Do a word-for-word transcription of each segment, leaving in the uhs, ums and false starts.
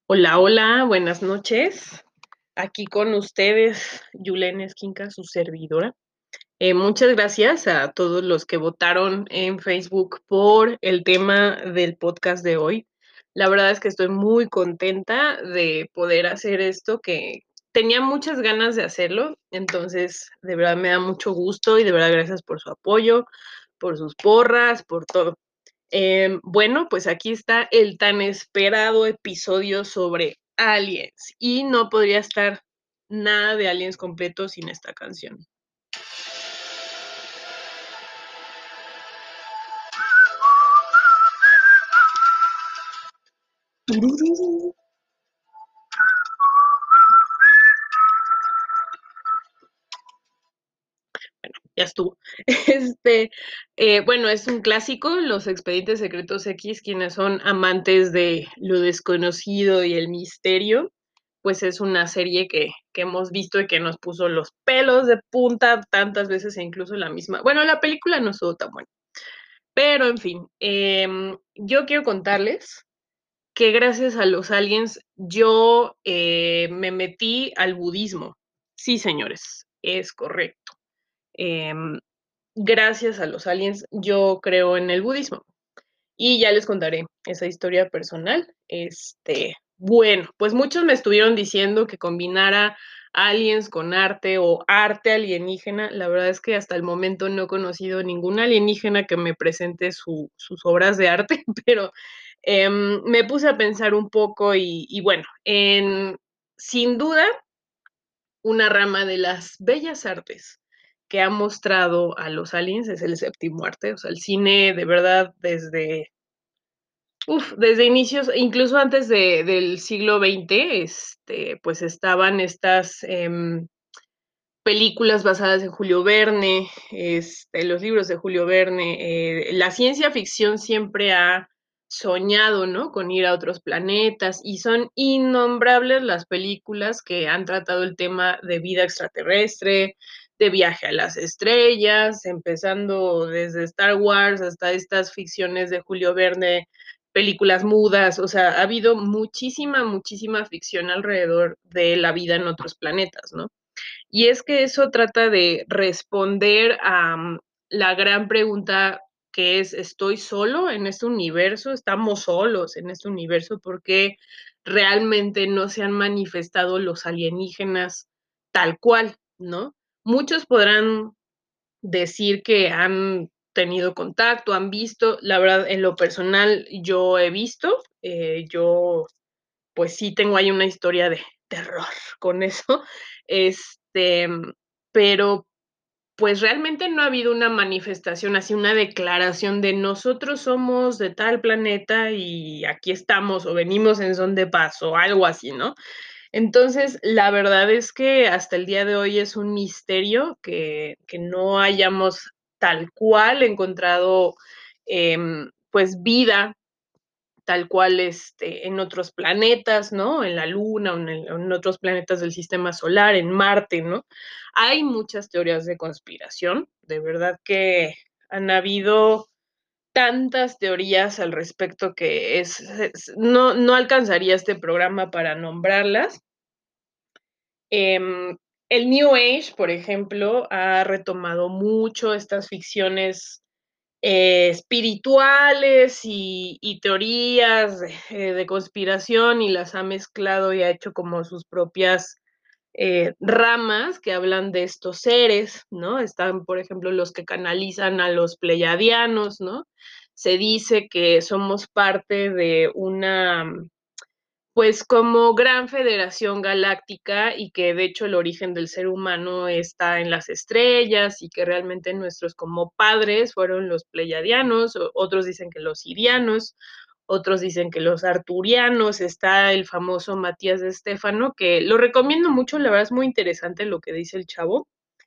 Hola, hola, buenas noches. Aquí con ustedes, Yulene Esquinca, su servidora. Eh, muchas gracias a todos los que votaron en Facebook por el tema del podcast de hoy. La verdad es que estoy muy contenta de poder hacer esto, que tenía muchas ganas de hacerlo, entonces de verdad me da mucho gusto y de verdad gracias por su apoyo, por sus porras, por todo. Em, bueno, pues aquí está el tan esperado episodio sobre aliens y no podría estar nada de aliens completo sin esta canción. Tururú. Ya estuvo. Este, eh, bueno, es un clásico, Los Expedientes Secretos X, quienes son amantes de lo desconocido y el misterio, pues es una serie que, que hemos visto y que nos puso los pelos de punta tantas veces e incluso la misma. Bueno, la película no estuvo tan buena. Pero, en fin, em, yo quiero contarles que gracias a los aliens yo eh, me metí al budismo. Sí, señores, es correcto. Em, gracias a los aliens yo creo en el budismo. Y ya les contaré esa historia personal. Este, bueno, pues muchos me estuvieron diciendo que combinara aliens con arte o arte alienígena. La verdad es que hasta el momento no he conocido ningún alienígena que me presente su, sus obras de arte, pero eh, me puse a pensar un poco y, y bueno, en, sin duda, una rama de las bellas artes que ha mostrado a los aliens es el séptimo arte, o sea, el cine de verdad desde Uf, desde inicios, incluso antes de del siglo veinte, este, pues estaban estas, em, películas basadas en Julio Verne, este, los libros de Julio Verne. Eh, la ciencia ficción siempre ha soñado, ¿no?, con ir a otros planetas, y son innombrables las películas que han tratado el tema de vida extraterrestre, de viaje a las estrellas, empezando desde Star Wars hasta estas ficciones de Julio Verne, películas mudas, o sea, ha habido muchísima, muchísima ficción alrededor de la vida en otros planetas, ¿no? Y es que eso trata de responder a mm, la gran pregunta que es, ¿estoy solo en este universo? ¿Estamos solos en este universo? ¿Por qué realmente no se han manifestado los alienígenas tal cual, no? Muchos podrán decir que han tenido contacto, han visto, la verdad, en lo personal, yo he visto, eh, yo pues sí tengo ahí una historia de terror con eso, este, pero pues realmente no ha habido una manifestación así, una declaración de nosotros somos de tal planeta y aquí estamos o venimos en son de paz o algo así, ¿no? Entonces, la verdad es que hasta el día de hoy es un misterio que, que no hayamos tal cual encontrado em, pues vida tal cual, este, en otros planetas, ¿no? En la Luna, o en el en otros planetas del sistema solar, en Marte, ¿no? Hay muchas teorías de conspiración, de verdad que han habido tantas teorías al respecto que es es no no alcanzaría este programa para nombrarlas. Em, el New Age, por ejemplo, ha retomado mucho estas ficciones eh, espirituales y, y teorías eh, de conspiración y las ha mezclado y ha hecho como sus propias eh, ramas que hablan de estos seres, ¿no? Están, por ejemplo, los que canalizan a los pleyadianos, ¿no? Se dice que somos parte de una pues como gran federación galáctica y que de hecho el origen del ser humano está en las estrellas y que realmente nuestros como padres fueron los pleyadianos, o- otros dicen que los sirianos, otros dicen que los arturianos, está el famoso Matías de Estéfano, que lo recomiendo mucho, la verdad es muy interesante lo que dice el chavo,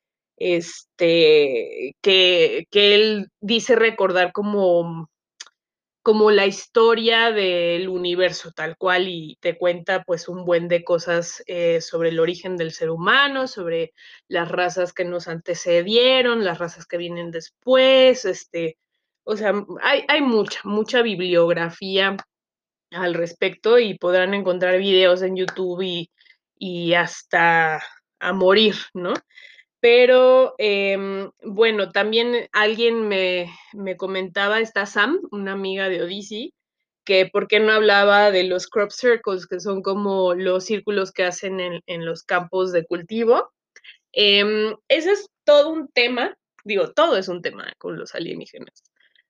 este, que, que él dice recordar como como la historia del universo tal cual y te cuenta pues un buen de cosas eh, sobre el origen del ser humano, sobre las razas que nos antecedieron, las razas que vienen después, este, o sea, hay, hay mucha, mucha bibliografía al respecto y podrán encontrar videos en YouTube y y hasta a morir, ¿no? Pero, em, bueno, también alguien me me comentaba, está Sam, una amiga de Odyssey, que por qué no hablaba de los crop circles, que son como los círculos que hacen en en los campos de cultivo. Em, ese es todo un tema, digo, todo es un tema con los alienígenas,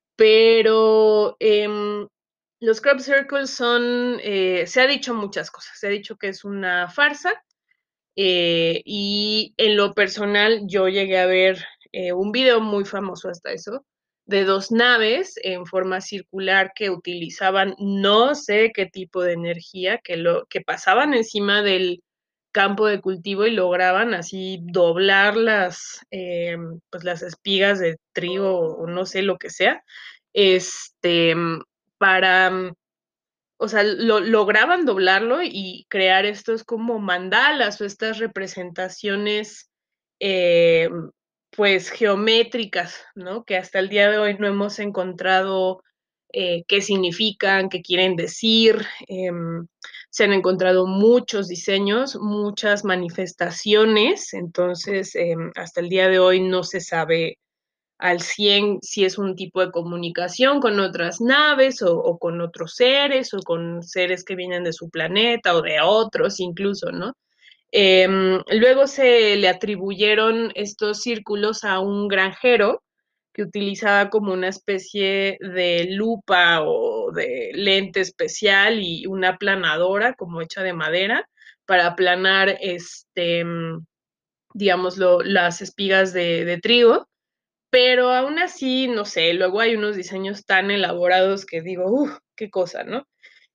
pero, em, los crop circles son, eh, se ha dicho muchas cosas, se ha dicho que es una farsa, eh, y en lo personal, yo llegué a ver, eh, un video muy famoso hasta eso, de dos naves en forma circular que utilizaban no sé qué tipo de energía, que lo que pasaban encima del campo de cultivo y lograban así doblar las, em, pues, las espigas de trigo o no sé lo que sea, este, mm, para, mm, o sea, lo lograban doblarlo y crear estos como mandalas o estas representaciones, em, pues, geométricas, ¿no? Que hasta el día de hoy no hemos encontrado, eh, qué significan, qué quieren decir. Em, se han encontrado muchos diseños, muchas manifestaciones, entonces, em, hasta el día de hoy no se sabe al cien si es un tipo de comunicación con otras naves o o con otros seres o con seres que vienen de su planeta o de otros incluso, ¿no? Em, luego se le atribuyeron estos círculos a un granjero que utilizaba como una especie de lupa o de lente especial y una aplanadora como hecha de madera para aplanar, este, mm, digámoslo, las espigas de de trigo. Pero aún así, no sé, luego hay unos diseños tan elaborados que digo: "Uf, qué cosa", ¿no?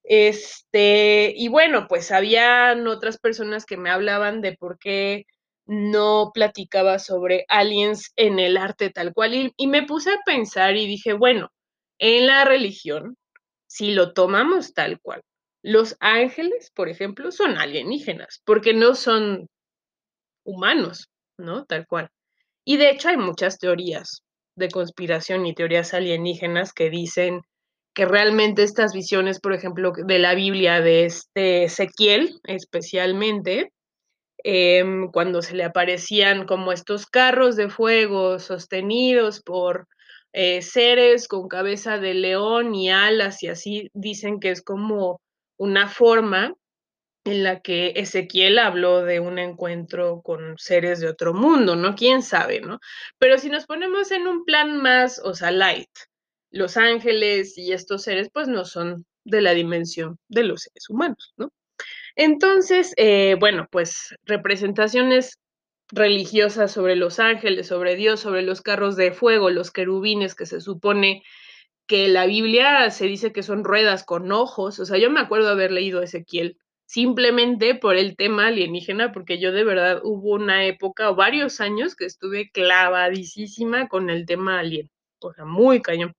Este, y bueno, pues habían otras personas que me hablaban de por qué no platicaba sobre aliens en el arte tal cual, y y me puse a pensar y dije: "Bueno, en la religión, si lo tomamos tal cual, los ángeles, por ejemplo, son alienígenas, porque no son humanos, ¿no? Tal cual". Y de hecho hay muchas teorías de conspiración y teorías alienígenas que dicen que realmente estas visiones, por ejemplo, de la Biblia, de este Ezequiel, especialmente, em, cuando se le aparecían como estos carros de fuego sostenidos por, eh, seres con cabeza de león y alas y así, dicen que es como una forma en la que Ezequiel habló de un encuentro con seres de otro mundo, ¿no? Quién sabe, ¿no? Pero si nos ponemos en un plan más, o sea, light, los ángeles y estos seres, pues, no son de la dimensión de los seres humanos, ¿no? Entonces, eh, bueno, pues, representaciones religiosas sobre los ángeles, sobre Dios, sobre los carros de fuego, los querubines, que se supone que la Biblia se dice que son ruedas con ojos, o sea, yo me acuerdo haber leído Ezequiel, simplemente por el tema alienígena, porque yo de verdad hubo una época o varios años que estuve clavadisísima con el tema alien, o sea, muy cañón.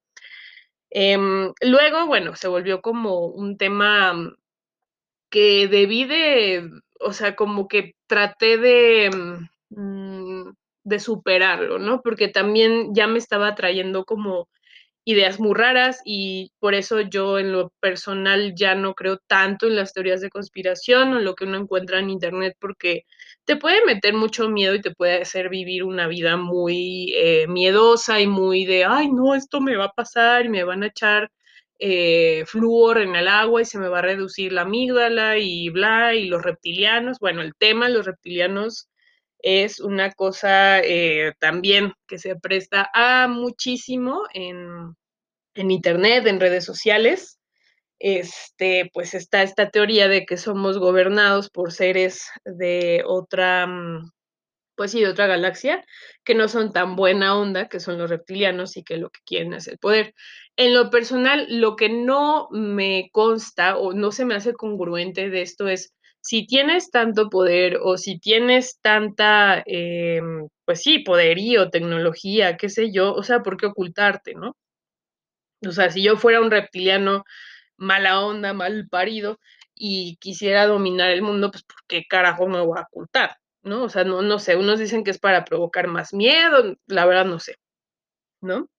Em, luego, bueno, se volvió como un tema mm, que debí de, o sea, como que traté de, mm, mm, de superarlo, ¿no? Porque también ya me estaba trayendo como ideas muy raras y por eso yo en lo personal ya no creo tanto en las teorías de conspiración o en lo que uno encuentra en Internet, porque te puede meter mucho miedo y te puede hacer vivir una vida muy, eh, miedosa y muy de: "Ay, no, esto me va a pasar y me van a echar, eh, flúor en el agua y se me va a reducir la amígdala y bla, y los reptilianos". Bueno, el tema de los reptilianos es una cosa, eh, también que se presta a muchísimo en en Internet, en redes sociales. Este, pues está esta teoría de que somos gobernados por seres de otra, mm, pues sí, de otra galaxia, que no son tan buena onda, que son los reptilianos y que lo que quieren es el poder. En lo personal, lo que no me consta o no se me hace congruente de esto es, si tienes tanto poder o si tienes tanta, em, pues sí, poderío, tecnología, qué sé yo, o sea, ¿por qué ocultarte, no? O sea, si yo fuera un reptiliano mala onda, mal parido y quisiera dominar el mundo, pues, ¿por qué carajo me voy a ocultar?, ¿no? O sea, no no sé, unos dicen que es para provocar más miedo, la verdad no sé, ¿no?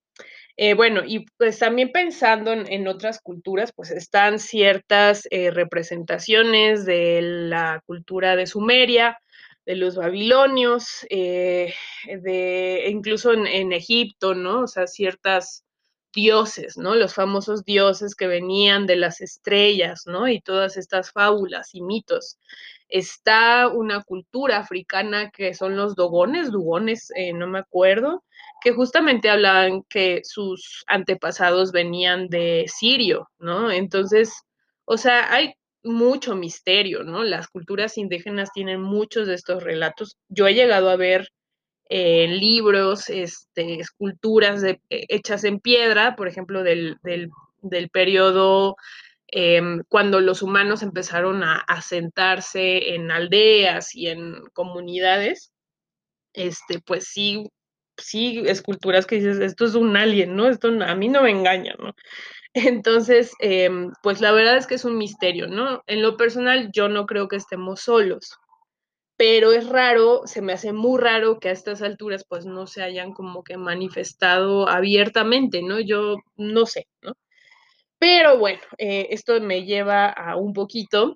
Eh, bueno, y pues también pensando en en otras culturas, pues están ciertas, eh, representaciones de la cultura de Sumeria, de los babilonios, eh, de incluso en en Egipto, ¿no? O sea, ciertas dioses, ¿no? Los famosos dioses que venían de las estrellas, ¿no? Y todas estas fábulas y mitos. Está una cultura africana que son los dogones, dugones, eh, no me acuerdo, que justamente hablaban que sus antepasados venían de Sirio, ¿no? Entonces, o sea, hay mucho misterio, ¿no? Las culturas indígenas tienen muchos de estos relatos. Yo he llegado a ver eh, libros, este, esculturas de, eh, hechas en piedra, por ejemplo, del, del, del periodo eh, cuando los humanos empezaron a asentarse en aldeas y en comunidades, este, pues sí, sí, esculturas que dices, esto es un alien, ¿no? Esto a mí no me engaña, ¿no? Entonces, eh, pues la verdad es que es un misterio, ¿no? En lo personal, yo no creo que estemos solos, pero es raro, se me hace muy raro que a estas alturas, pues no se hayan como que manifestado abiertamente, ¿no? Yo no sé, ¿no? Pero bueno, eh, esto me lleva a un poquito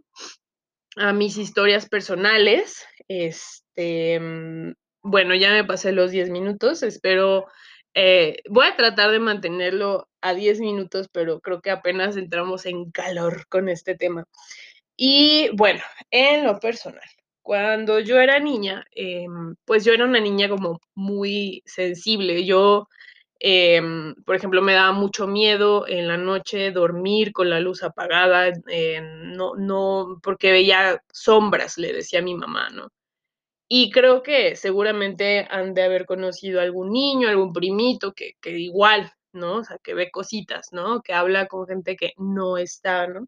a mis historias personales. Este, mm, bueno, ya me pasé los diez minutos, espero, eh, voy a tratar de mantenerlo a diez minutos, pero creo que apenas entramos en calor con este tema. Y bueno, en lo personal, cuando yo era niña, em, pues yo era una niña como muy sensible. Yo, em, por ejemplo, me daba mucho miedo en la noche dormir con la luz apagada, eh, no, no, porque veía sombras, le decía a mi mamá, ¿no? Y creo que seguramente han de haber conocido algún niño, algún primito que, que igual, ¿no? O sea, que ve cositas, ¿no? Que habla con gente que no está, ¿no?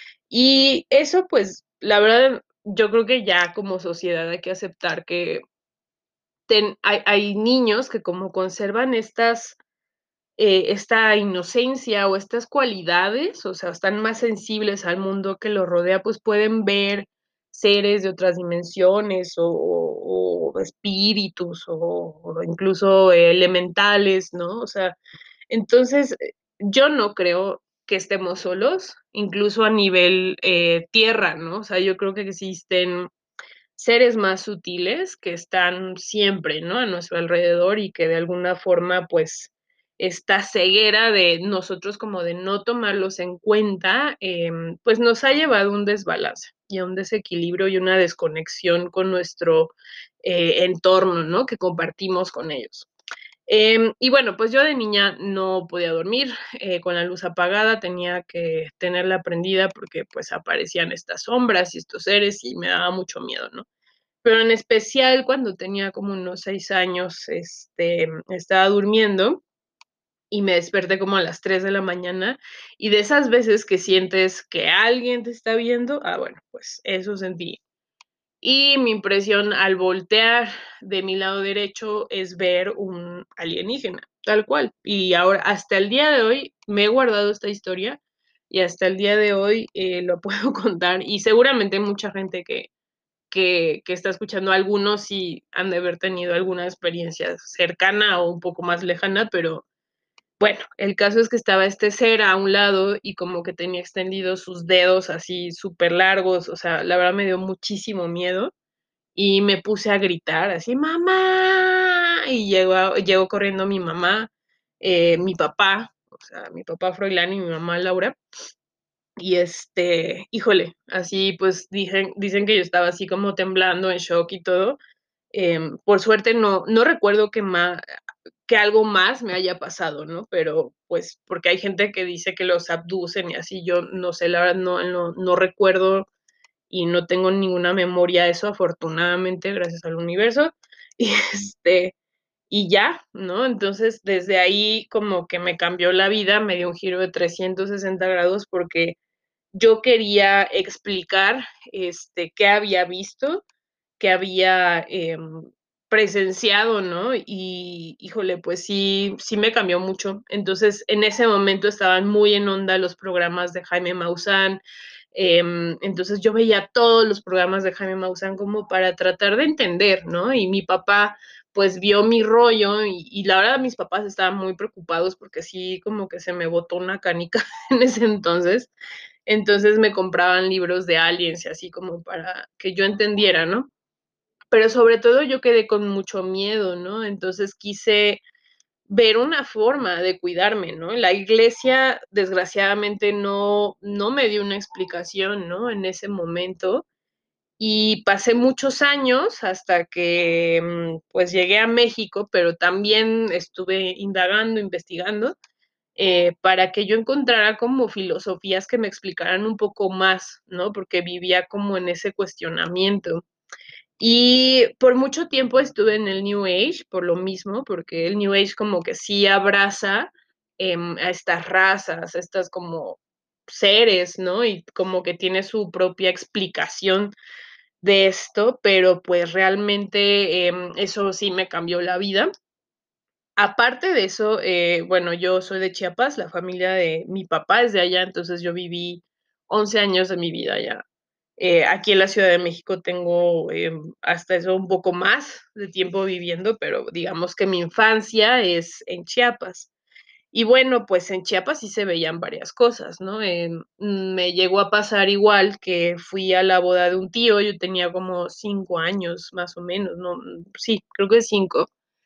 Y eso, pues, la verdad, yo creo que ya como sociedad hay que aceptar que ten hay hay niños que como conservan estas, eh, esta inocencia o estas cualidades, o sea, están más sensibles al mundo que los rodea, pues, pueden ver seres de otras dimensiones o o o espíritus o o incluso elementales, ¿no? O sea, entonces, eh, yo no creo que estemos solos, incluso a nivel, eh, tierra, ¿no? O sea, yo creo que existen seres más sutiles que están siempre, ¿no? A nuestro alrededor y que de alguna forma, pues, esta ceguera de nosotros como de no tomarlos en cuenta, em, pues, nos ha llevado a un desbalance y a un desequilibrio y una desconexión con nuestro, eh, entorno, ¿no? Que compartimos con ellos. Em, y bueno, pues yo de niña no podía dormir, eh, con la luz apagada, tenía que tenerla prendida porque, pues, aparecían estas sombras y estos seres y me daba mucho miedo, ¿no? Pero en especial cuando tenía como unos seis años, este, estaba durmiendo y me desperté como a las tres de la mañana, y de esas veces que sientes que alguien te está viendo, ah, bueno, pues eso sentí. Y mi impresión al voltear de mi lado derecho es ver un alienígena, tal cual. Y ahora, hasta el día de hoy, me he guardado esta historia y hasta el día de hoy, eh, lo puedo contar, y seguramente mucha gente que que que está escuchando, algunos sí han de haber tenido alguna experiencia cercana o un poco más lejana, pero bueno, el caso es que estaba este ser a un lado y como que tenía extendidos sus dedos así súper largos, o sea, la verdad me dio muchísimo miedo y me puse a gritar así: "¡Mamá!". Y llegó llegó corriendo mi mamá, eh, mi papá, o sea, mi papá Froilán y mi mamá Laura. Y, este, híjole, así, pues, dicen dicen que yo estaba así como temblando, en shock y todo. Em, por suerte no no recuerdo que ma que algo más me haya pasado, ¿no? Pero, pues, porque hay gente que dice que los abducen y así, yo no sé, la verdad no no no recuerdo y no tengo ninguna memoria de eso, afortunadamente, gracias al universo. Y, este, y ya, ¿no? Entonces, desde ahí como que me cambió la vida, me dio un giro de trescientos sesenta grados porque yo quería explicar, este, qué había visto, qué había, em, presenciado, ¿no? Y, híjole, pues sí sí me cambió mucho. Entonces, en ese momento estaban muy en onda los programas de Jaime Maussan, em, entonces yo veía todos los programas de Jaime Maussan como para tratar de entender, ¿no? Y mi papá, pues vio mi rollo y y la verdad mis papás estaban muy preocupados porque sí como que se me botó una canica en ese entonces. Entonces me compraban libros de aliens y así como para que yo entendiera, ¿no? Pero sobre todo yo quedé con mucho miedo, ¿no? Entonces quise ver una forma de cuidarme, ¿no? La iglesia, desgraciadamente, no no me dio una explicación, ¿no? En ese momento. Y pasé muchos años hasta que, mm, pues, llegué a México, pero también estuve indagando, investigando, eh, para que yo encontrara como filosofías que me explicaran un poco más, ¿no? Porque vivía como en ese cuestionamiento. Y por mucho tiempo estuve en el New Age, por lo mismo, porque el New Age como que sí abraza, em, a estas razas, a estas como seres, ¿no? Y como que tiene su propia explicación de esto, pero pues realmente, em, eso sí me cambió la vida. Aparte de eso, eh, bueno, yo soy de Chiapas, la familia de mi papá es de allá, entonces yo viví once años de mi vida allá. Eh, aquí en la Ciudad de México tengo, em, hasta eso un poco más de tiempo viviendo, pero digamos que mi infancia es en Chiapas. Y bueno, pues en Chiapas sí se veían varias cosas, ¿no? Em, mm, me llegó a pasar igual que fui a la boda de un tío, yo tenía como cinco años, más o menos, no, mm, sí, creo que cinco.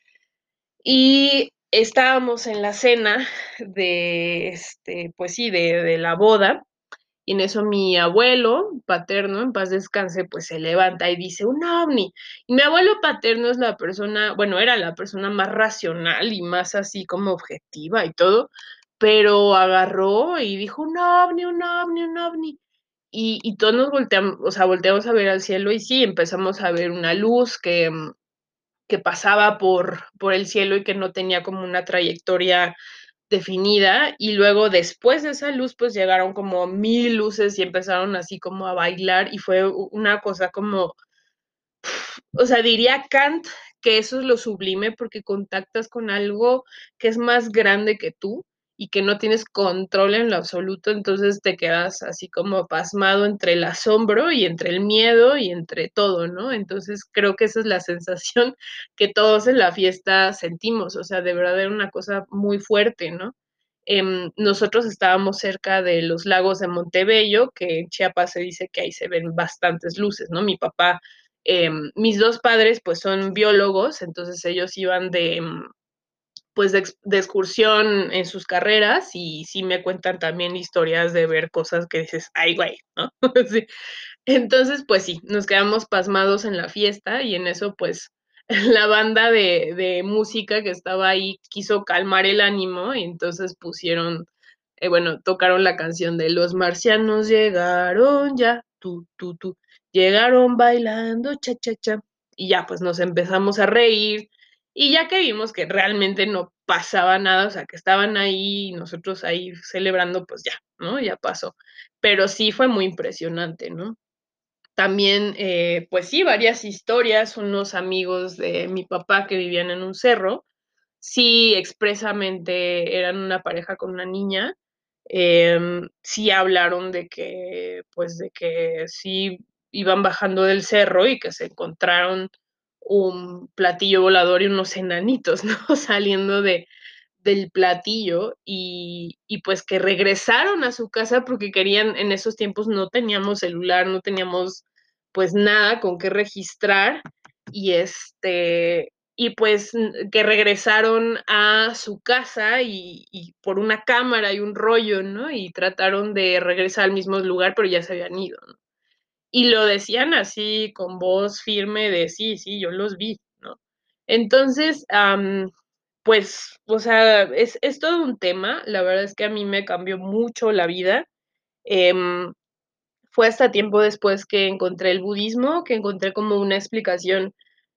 Y estábamos en la cena de, este, pues sí, de de la boda, y en eso mi abuelo paterno, en paz descanse, pues se levanta y dice: "Un ovni". Y mi abuelo paterno es la persona, bueno, era la persona más racional y más así como objetiva y todo, pero agarró y dijo: "Un ovni, un ovni, un ovni". Y y todos nos volteamos, o sea, volteamos a ver al cielo y sí, empezamos a ver una luz que, mm, que pasaba por por el cielo y que no tenía como una trayectoria definida, y luego después de esa luz, pues llegaron como mil luces y empezaron así como a bailar, y fue u una cosa como, o sea, diría Kant que eso es lo sublime, porque contactas con algo que es más grande que tú y que no tienes control en lo absoluto, entonces te quedas así como pasmado entre el asombro y entre el miedo y entre todo, ¿no? Entonces, creo que esa es la sensación que todos en la fiesta sentimos, o sea, de verdad era una cosa muy fuerte, ¿no? Em, nosotros estábamos cerca de los lagos de Montebello, que en Chiapas se dice que ahí se ven bastantes luces, ¿no? Mi papá, em, mis dos padres, pues, son biólogos, entonces ellos iban de, mm, pues, de ex de excursión en sus carreras, y sí me cuentan también historias de ver cosas que dices: "Ay, güey", ¿no? Sí. Entonces, pues sí, nos quedamos pasmados en la fiesta y en eso, pues, la banda de de música que estaba ahí quiso calmar el ánimo y entonces pusieron, eh, bueno, tocaron la canción de Los marcianos llegaron ya, tu, tu, tu, llegaron bailando cha, cha, cha. Y ya, pues nos empezamos a reír y ya que vimos que realmente no pasaba nada, o sea, que estaban ahí y nosotros ahí celebrando, pues ya, ¿no? Ya pasó. Pero sí fue muy impresionante, ¿no? También, eh, pues sí, varias historias, unos amigos de mi papá que vivían en un cerro, sí expresamente eran una pareja con una niña, em, sí hablaron de que, pues, de que sí iban bajando del cerro y que se encontraron un platillo volador y unos enanitos, ¿no? Saliendo de del platillo y y, pues, que regresaron a su casa porque querían en esos tiempos no teníamos celular, no teníamos, pues, nada con qué registrar y, este, y pues, mm, que regresaron a su casa y y por una cámara y un rollo, ¿no? Y trataron de regresar al mismo lugar, pero ya se habían ido, ¿no? Y lo decían así con voz firme de: "Sí, sí, yo los vi", ¿no? Entonces, am, pues, o sea, es es todo un tema. La verdad es que a mí me cambió mucho la vida. Em, fue hasta tiempo después que encontré el budismo, que encontré como una explicación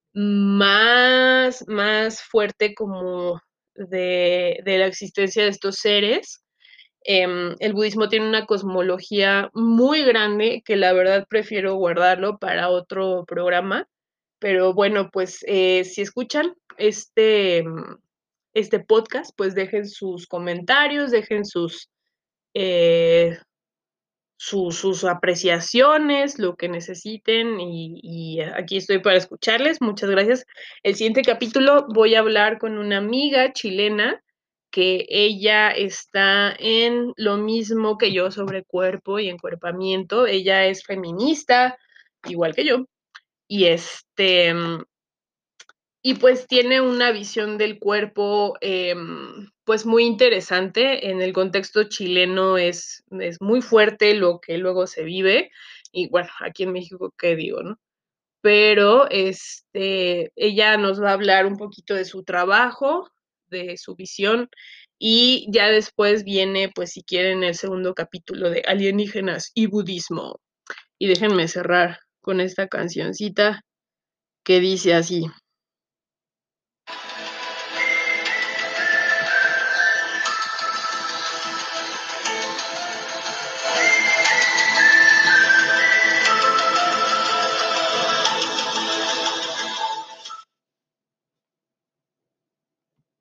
más más fuerte como de de la existencia de estos seres. Em, el budismo tiene una cosmología muy grande que la verdad prefiero guardarlo para otro programa, pero bueno, pues, eh, si escuchan este, mm, este podcast, pues dejen sus comentarios, dejen sus, eh su sus apreciaciones, lo que necesiten, y y aquí estoy para escucharles. Muchas gracias. El siguiente capítulo voy a hablar con una amiga chilena, que ella está en lo mismo que yo sobre cuerpo y encuerpamiento. Ella es feminista, igual que yo, y, este, mm, y pues tiene una visión del cuerpo, em, pues muy interesante. En el contexto chileno es es muy fuerte lo que luego se vive, y bueno, aquí en México, qué digo, ¿no? Pero, este, ella nos va a hablar un poquito de su trabajo, de su visión, y ya después viene, pues, si quieren, el segundo capítulo de alienígenas y budismo. Y déjenme cerrar con esta cancioncita que dice así.